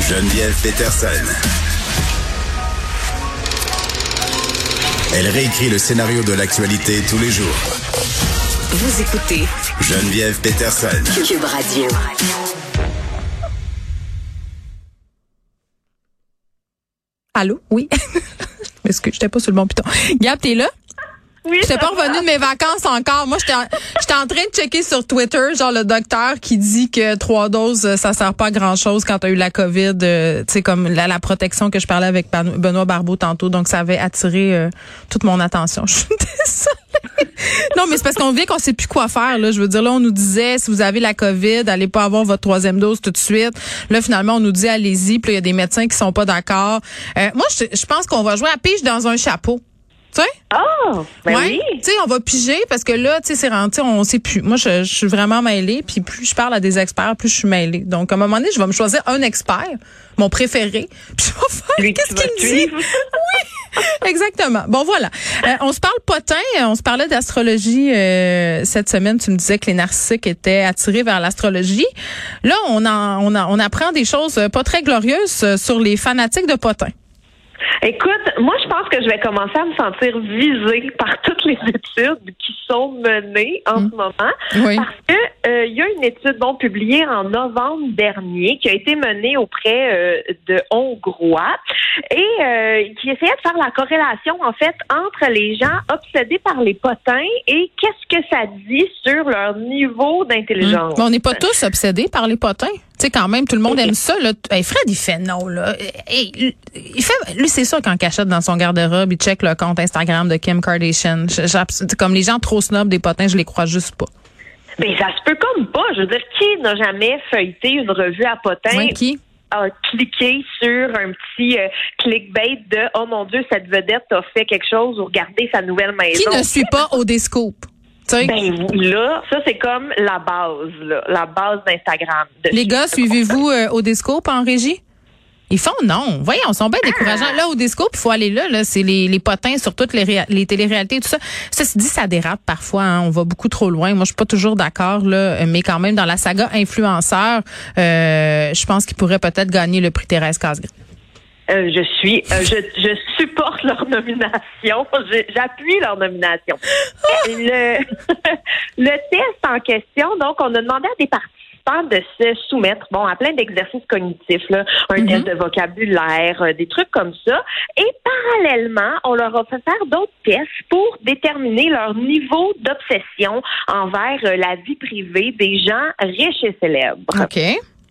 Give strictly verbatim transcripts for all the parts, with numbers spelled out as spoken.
Geneviève Peterson. Elle réécrit le scénario de l'actualité tous les jours. Vous écoutez Geneviève Peterson. Cube Radio. Allô? Oui. Excuse, j'étais pas sur le bon piton. Gab, t'es là? Oui, j'étais pas revenue de mes vacances encore. Moi, j'étais en, j'étais en train de checker sur Twitter, genre le docteur qui dit que trois doses, ça sert pas à grand chose quand t'as eu la COVID. Euh, tu sais, comme la, la protection que je parlais avec Benoît Barbeau tantôt. Donc, ça avait attiré euh, toute mon attention. Je suis désolée. Non, mais c'est parce qu'on vient qu'on sait plus quoi faire, là. Je veux dire, là, on nous disait, si vous avez la COVID, allez pas avoir votre troisième dose tout de suite. Là, finalement, on nous dit, allez-y. Puis là, il y a des médecins qui sont pas d'accord. Euh, moi, je, je pense qu'on va jouer à pige dans un chapeau. Tu sais? Oh, ben ouais. oui. Tu sais, on va piger parce que là, tu sais, c'est rentré, on sait plus. Moi, je, je suis vraiment mêlée, puis plus je parle à des experts, plus je suis mêlée. Donc, à un moment donné, je vais me choisir un expert, mon préféré, puis je vais faire Lui, qu'est-ce tu vas qu'il me dit. Oui, exactement. Bon, voilà. Euh, on se parle potin, on se parlait d'astrologie euh, cette semaine. Tu me disais que les narcissiques étaient attirés vers l'astrologie. Là, on en, on, en, on apprend des choses pas très glorieuses sur les fanatiques de potin. Écoute, moi, je pense que je vais commencer à me sentir visée par toutes les études qui sont menées en mmh. ce moment. Oui. Parce que euh, il y a une étude bon, publiée en novembre dernier qui a été menée auprès euh, de Hongrois et euh, qui essayait de faire la corrélation, en fait, entre les gens obsédés par les potins et qu'est-ce que ça dit sur leur niveau d'intelligence. Mmh. Mais on n'est pas tous obsédés par les potins. Tu sais, quand même, tout le monde aime ça. Là. Hey, Fred, il fait non, là. Hey, il fait, lui, c'est ça qu'en cachette dans son garde-robe, il check le compte Instagram de Kim Kardashian. Comme les gens trop snobs des potins, je les crois juste pas. Ben, ça se peut comme pas. Je veux dire, qui n'a jamais feuilleté une revue à potins? Ouais, qui? A cliqué sur un petit euh, clickbait de « Oh mon Dieu, cette vedette a fait quelque chose » ou « Regardez sa nouvelle maison ». Qui ne suit pas Odescope? T'sais. Ben là, ça c'est comme la base, là, la base d'Instagram. De les gars, suivez-vous euh, Odescope en régie? Ils font non. Voyons, ils sont bien décourageants. Ah. Là, Odescope, il faut aller là. Là, c'est les, les potins sur toutes les, ré- les téléréalités et tout ça. Ça se dit, ça dérape parfois. Hein. On va beaucoup trop loin. Moi, je suis pas toujours d'accord, là, mais quand même, dans la saga influenceur, euh, je pense qu'ils pourraient peut-être gagner le prix Thérèse Casgrain. Euh, je suis, euh, je, je supporte leur nomination. Je, j'appuie leur nomination. le, le test en question, donc, on a demandé à des participants de se soumettre, bon, à plein d'exercices cognitifs, là, un mm-hmm. test de vocabulaire, euh, des trucs comme ça. Et parallèlement, on leur a fait faire d'autres tests pour déterminer leur niveau d'obsession envers euh, la vie privée des gens riches et célèbres. OK.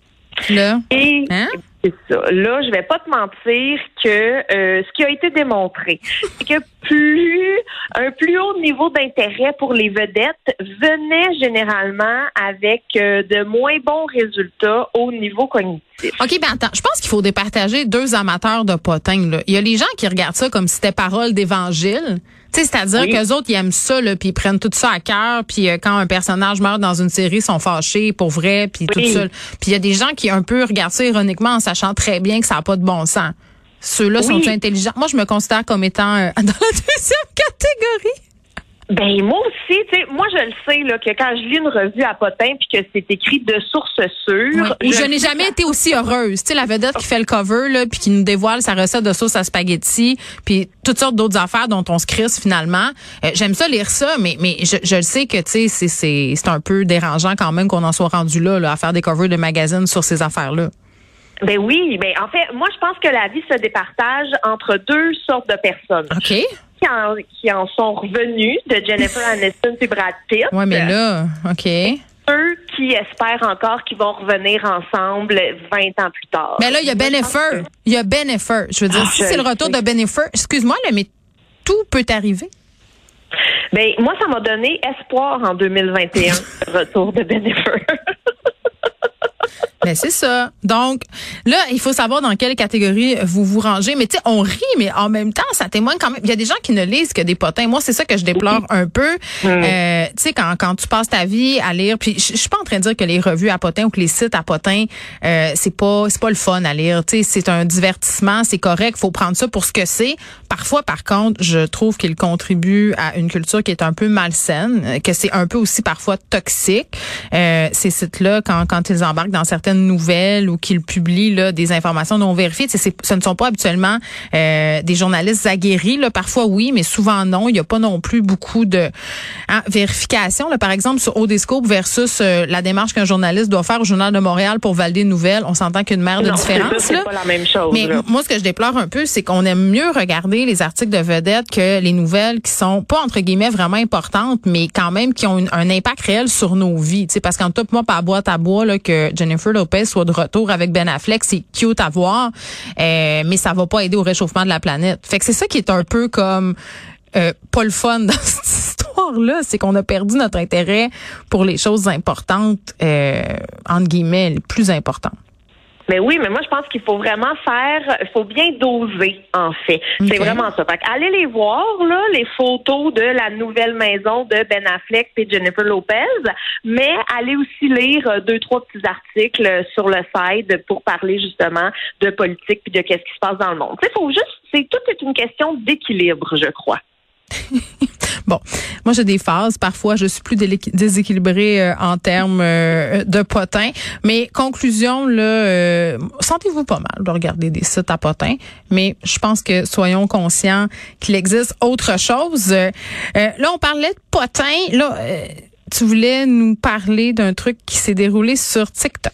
Là. Et hein? c'est ça. Là, je vais pas te mentir que euh, ce qui a été démontré, c'est que plus un plus haut niveau d'intérêt pour les vedettes venait généralement avec euh, de moins bons résultats au niveau cognitif. OK, ben attends, je pense qu'il faut départager deux amateurs de potins, là. Il y a les gens qui regardent ça comme si c'était parole d'évangile. Tu sais, c'est-à-dire oui. qu'eux autres, ils aiment ça, là, puis ils prennent tout ça à cœur, puis euh, quand un personnage meurt dans une série, ils sont fâchés pour vrai, puis oui. tout ça. Puis il y a des gens qui un peu regardent ça ironiquement en sachant très bien que ça n'a pas de bon sens. Ceux-là oui. sont intelligents. Moi, je me considère comme étant euh, dans la deuxième catégorie. Ben moi aussi, tu sais, moi je le sais là que quand je lis une revue à potins puis que c'est écrit de sources sûres, oui. je, je n'ai jamais ça. été aussi heureuse. Tu sais, la vedette qui fait le cover là, puis qui nous dévoile sa recette de sauce à spaghetti, puis toutes sortes d'autres affaires dont on se crisse finalement. Euh, j'aime ça lire ça, mais mais je, je le sais que tu sais c'est c'est c'est un peu dérangeant quand même qu'on en soit rendu là, là à faire des covers de magazines sur ces affaires là. Ben oui, ben en fait, moi je pense que la vie se départage entre deux sortes de personnes. OK. Qui en, qui en sont revenus de Jennifer Aniston et Brad Pitt. Oui, mais là, OK. Ceux qui espèrent encore qu'ils vont revenir ensemble vingt ans plus tard. Mais là, il y a Ben Affer. Il y a Ben Affer. Je veux dire, ah, si c'est le retour sais. de Ben Affer, excuse-moi, là, mais tout peut arriver. Ben moi, ça m'a donné espoir en deux mille vingt et un, le retour de Ben Affer. Ben c'est ça. Donc là, il faut savoir dans quelle catégorie vous vous rangez. Mais tu sais, on rit, mais en même temps, ça témoigne quand même. Il y a des gens qui ne lisent que des potins. Moi, c'est ça que je déplore un peu. Mmh. Euh, tu sais, quand quand tu passes ta vie à lire, puis je suis pas en train de dire que les revues à potins ou que les sites à potins, euh, c'est pas c'est pas le fun à lire. Tu sais, c'est un divertissement, c'est correct. Faut prendre ça pour ce que c'est. Parfois, par contre, je trouve qu'il contribue à une culture qui est un peu malsaine, que c'est un peu aussi parfois toxique. Euh, ces sites-là, quand quand ils embarquent dans certaines certaines nouvelles ou qu'ils publient là, des informations non vérifiées. C'est, ce ne sont pas habituellement euh, des journalistes aguerris. Là. Parfois, oui, mais souvent, non. Il n'y a pas non plus beaucoup de hein, vérification. Là, par exemple, sur Odescope versus euh, la démarche qu'un journaliste doit faire au Journal de Montréal pour valider une nouvelle, on s'entend qu'une mer de non, différence. C'est, ça, c'est là. pas la même chose. Mais là. moi, ce que je déplore un peu, c'est qu'on aime mieux regarder les articles de vedettes que les nouvelles qui sont pas, entre guillemets, vraiment importantes, mais quand même qui ont une, un impact réel sur nos vies. T'sais, parce qu'en tout cas, moi, par boîte à bois, là, que Jennifer Lopez soit de retour avec Ben Affleck, c'est cute à voir, euh, mais ça va pas aider au réchauffement de la planète. Fait que c'est ça qui est un peu comme euh, pas le fun dans cette histoire-là, c'est qu'on a perdu notre intérêt pour les choses importantes, euh, entre guillemets, les plus importantes. Mais oui, mais moi, je pense qu'il faut vraiment faire, il faut bien doser, en fait. Okay. C'est vraiment ça. Fait allez les voir, là, les photos de la nouvelle maison de Ben Affleck et Jennifer Lopez, mais allez aussi lire deux, trois petits articles sur le site pour parler, justement, de politique puis de qu'est-ce qui se passe dans le monde. Tu sais, faut juste, c'est tout est une question d'équilibre, je crois. Bon, moi j'ai des phases. Parfois, je suis plus déséquilibrée euh, en termes euh, de potins. Mais conclusion, là, euh, sentez-vous pas mal de regarder des sites à potins. Mais je pense que soyons conscients qu'il existe autre chose. Euh, là, on parlait de potins. Là, euh, tu voulais nous parler d'un truc qui s'est déroulé sur TikTok.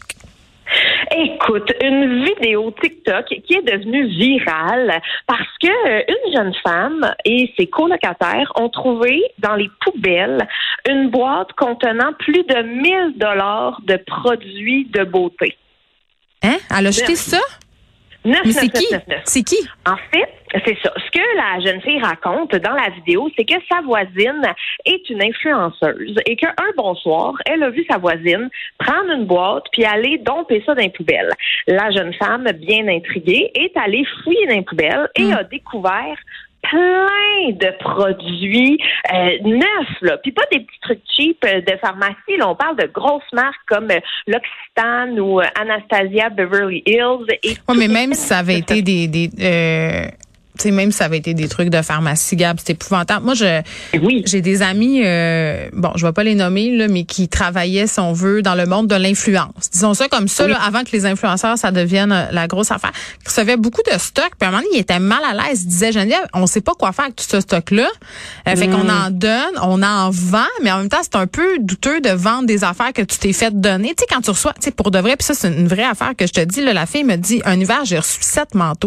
Écoute, une vidéo TikTok qui est devenue virale parce que une jeune femme et ses colocataires ont trouvé dans les poubelles une boîte contenant plus de mille dollars de produits de beauté. Hein? Elle a jeté ça? neuf, Mais neuf, c'est neuf, qui? neuf, neuf. C'est qui? En fait, c'est ça. Ce que la jeune fille raconte dans la vidéo, c'est que sa voisine est une influenceuse et qu'un bon soir, elle a vu sa voisine prendre une boîte puis aller domper ça dans les poubelles. La jeune femme, bien intriguée, est allée fouiller dans les poubelles et mmh. a découvert plein de produits euh, neufs, là. Puis pas des petits trucs cheap euh, de pharmacie, là. On parle de grosses marques comme euh, L'Occitane ou euh, Anastasia Beverly Hills. Et oui, mais même si ça avait été des... des euh... Tu sais, même si ça avait été des trucs de pharmacie, Gab, c'était épouvantable. Moi, je, oui. j'ai des amis, euh, bon, je vais pas les nommer, là, mais qui travaillaient, si on veut, dans le monde de l'influence. Disons ça comme ça, oui. là, avant que les influenceurs, ça devienne la grosse affaire. Ils recevaient beaucoup de stock, puis à un moment donné, ils étaient mal à l'aise. Ils disaient, Geneviève, on sait pas quoi faire avec tout ce stock-là. Euh, mm. Fait qu'on en donne, on en vend, mais en même temps, c'est un peu douteux de vendre des affaires que tu t'es fait donner. Tu sais, quand tu reçois, tu sais, pour de vrai, puis ça, c'est une vraie affaire que je te dis, là, la fille me dit, un hiver, j'ai reçu sept manteaux.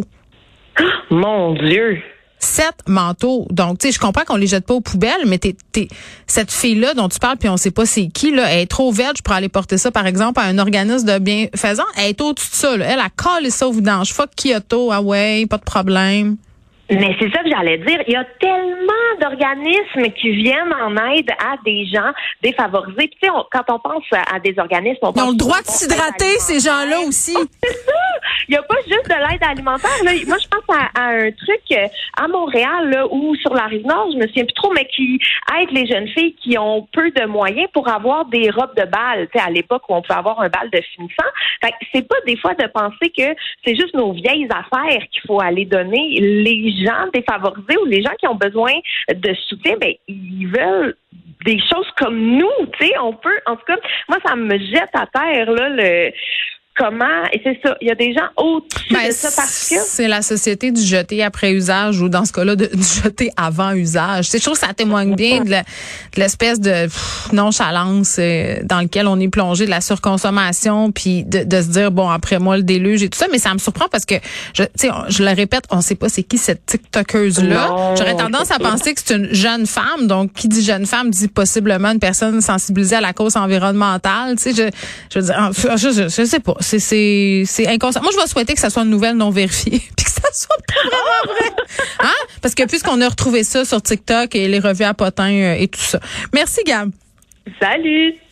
Mon Dieu! Sept manteaux. Donc, tu sais, je comprends qu'on les jette pas aux poubelles, mais t'es, t'es, cette fille-là dont tu parles, puis on sait pas c'est qui, là, elle est trop vierge pour aller porter ça, par exemple, à un organisme de bienfaisance. Elle est au-dessus de ça, là. Elle a collé ça au vidange. Fuck Kyoto, ah ouais, pas de problème. Mais c'est ça que j'allais dire. Il y a tellement d'organismes qui viennent en aide à des gens défavorisés. Puis tu sais, on, quand on pense à, à des organismes, on pense... Ils ont le droit de s'hydrater, ces gens-là aussi. Oh, c'est ça! Il n'y a pas juste de l'aide alimentaire. Là. Moi, je pense à, à un truc à Montréal là, ou sur la Rive-Nord, je me souviens plus trop, mais qui aide les jeunes filles qui ont peu de moyens pour avoir des robes de bal. Tu sais, à l'époque où on pouvait avoir un bal de finissant. Fait que c'est pas des fois de penser que c'est juste nos vieilles affaires qu'il faut aller donner. Les gens défavorisés ou les gens qui ont besoin de soutien, ben ils veulent des choses comme nous, tu sais, on peut, en tout cas, moi ça me jette à terre là le comment, et c'est ça, il y a des gens au-dessus ben, de ça parce que... C'est la société du jeter après usage ou dans ce cas-là, de, du jeter avant usage. Je trouve que ça témoigne bien de, la, de l'espèce de pff, nonchalance euh, dans lequel on est plongé, de la surconsommation, puis de, de se dire, bon, après moi, le déluge et tout ça, mais ça me surprend parce que, je, tu sais, je le répète, on sait pas c'est qui cette TikTokeuse-là. Non, j'aurais tendance à penser que c'est une jeune femme, donc qui dit jeune femme dit possiblement une personne sensibilisée à la cause environnementale, tu sais, je, je veux dire, je, je, je sais pas. C'est, c'est, c'est inconscient. Moi, je vais souhaiter que ça soit une nouvelle non vérifiée puis que ça soit pas vraiment vrai. Hein? Parce que puisqu'on a retrouvé ça sur TikTok et les revues à potins euh, et tout ça. Merci, Gab. Salut!